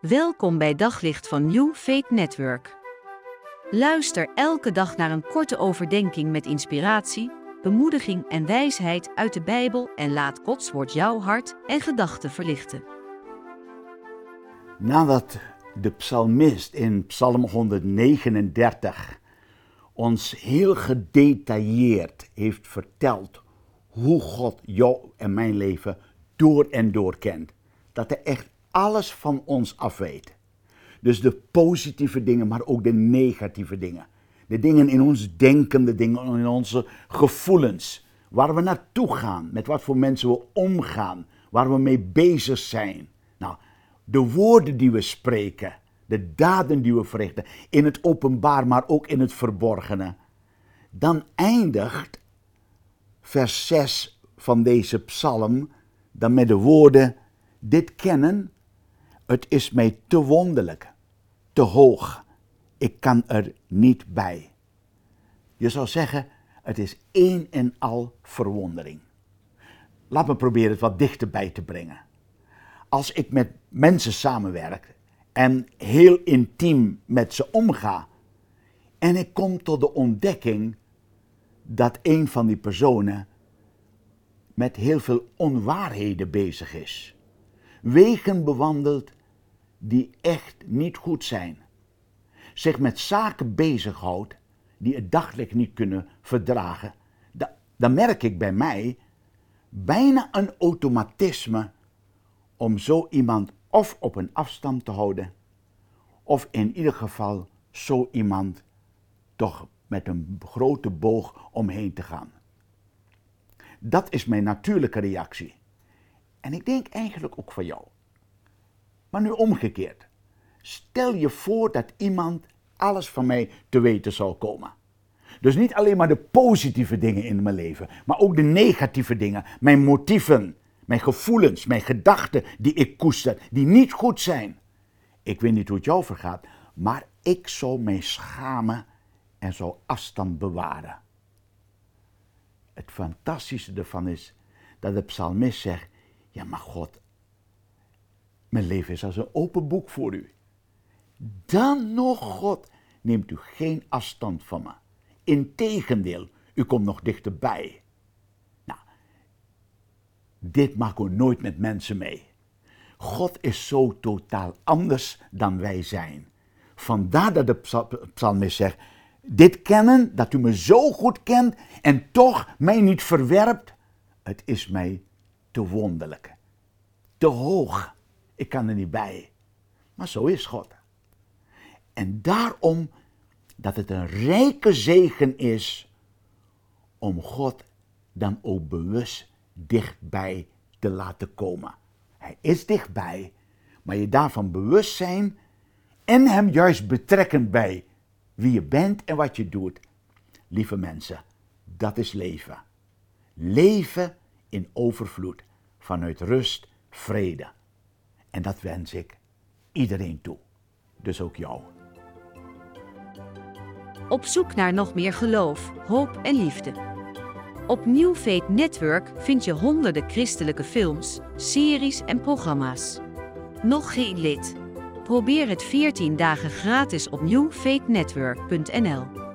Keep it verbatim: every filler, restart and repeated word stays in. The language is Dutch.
Welkom bij Daglicht van New Faith Network. Luister elke dag naar een korte overdenking met inspiratie, bemoediging en wijsheid uit de Bijbel en laat Gods woord jouw hart en gedachten verlichten. Nadat de psalmist in Psalm honderdnegenendertig ons heel gedetailleerd heeft verteld hoe God jou en mijn leven door en door kent. Dat hij echt alles van ons af weet. Dus de positieve dingen, maar ook de negatieve dingen. De dingen in ons denken, de dingen in onze gevoelens. Waar we naartoe gaan, met wat voor mensen we omgaan, waar we mee bezig zijn. Nou, de woorden die we spreken, de daden die we verrichten, in het openbaar, maar ook in het verborgene. Dan eindigt vers zes van deze psalm dan met de woorden: dit kennen, het is mij te wonderlijk, te hoog, ik kan er niet bij. Je zou zeggen, het is één en al verwondering. Laat me proberen het wat dichterbij te brengen. Als ik met mensen samenwerk en heel intiem met ze omga en ik kom tot de ontdekking dat een van die personen met heel veel onwaarheden bezig is. Wegen bewandelt die echt niet goed zijn. Zich met zaken bezighoudt die het daglicht niet kunnen verdragen. Da- dan merk ik bij mij bijna een automatisme om zo iemand of op een afstand te houden, of in ieder geval zo iemand toch met een grote boog omheen te gaan. Dat is mijn natuurlijke reactie. En ik denk eigenlijk ook van jou. Maar nu omgekeerd. Stel je voor dat iemand alles van mij te weten zal komen. Dus niet alleen maar de positieve dingen in mijn leven, maar ook de negatieve dingen, mijn motieven, mijn gevoelens, mijn gedachten die ik koester, die niet goed zijn. Ik weet niet hoe het jou vergaat, maar ik zou mij schamen en zou afstand bewaren. Het fantastische ervan is dat de psalmist zegt: ja, maar God, mijn leven is als een open boek voor u. Dan nog, God, neemt u geen afstand van me. Integendeel, u komt nog dichterbij. Nou, dit maken we nooit met mensen mee. God is zo totaal anders dan wij zijn. Vandaar dat de psalmist zegt: dit kennen, dat u me zo goed kent en toch mij niet verwerpt, het is mij te wonderlijk. Te hoog, ik kan er niet bij. Maar zo is God. En daarom dat het een rijke zegen is om God dan ook bewust dichtbij te laten komen. Hij is dichtbij, maar je daarvan bewust zijn en hem juist betrekken bij wie je bent en wat je doet. Lieve mensen, dat is leven. Leven in overvloed, vanuit rust, vrede. En dat wens ik iedereen toe. Dus ook jou. Op zoek naar nog meer geloof, hoop en liefde. Op New Faith Network vind je honderden christelijke films, series en programma's. Nog geen lid? Probeer het veertien dagen gratis op new faith network punt n l.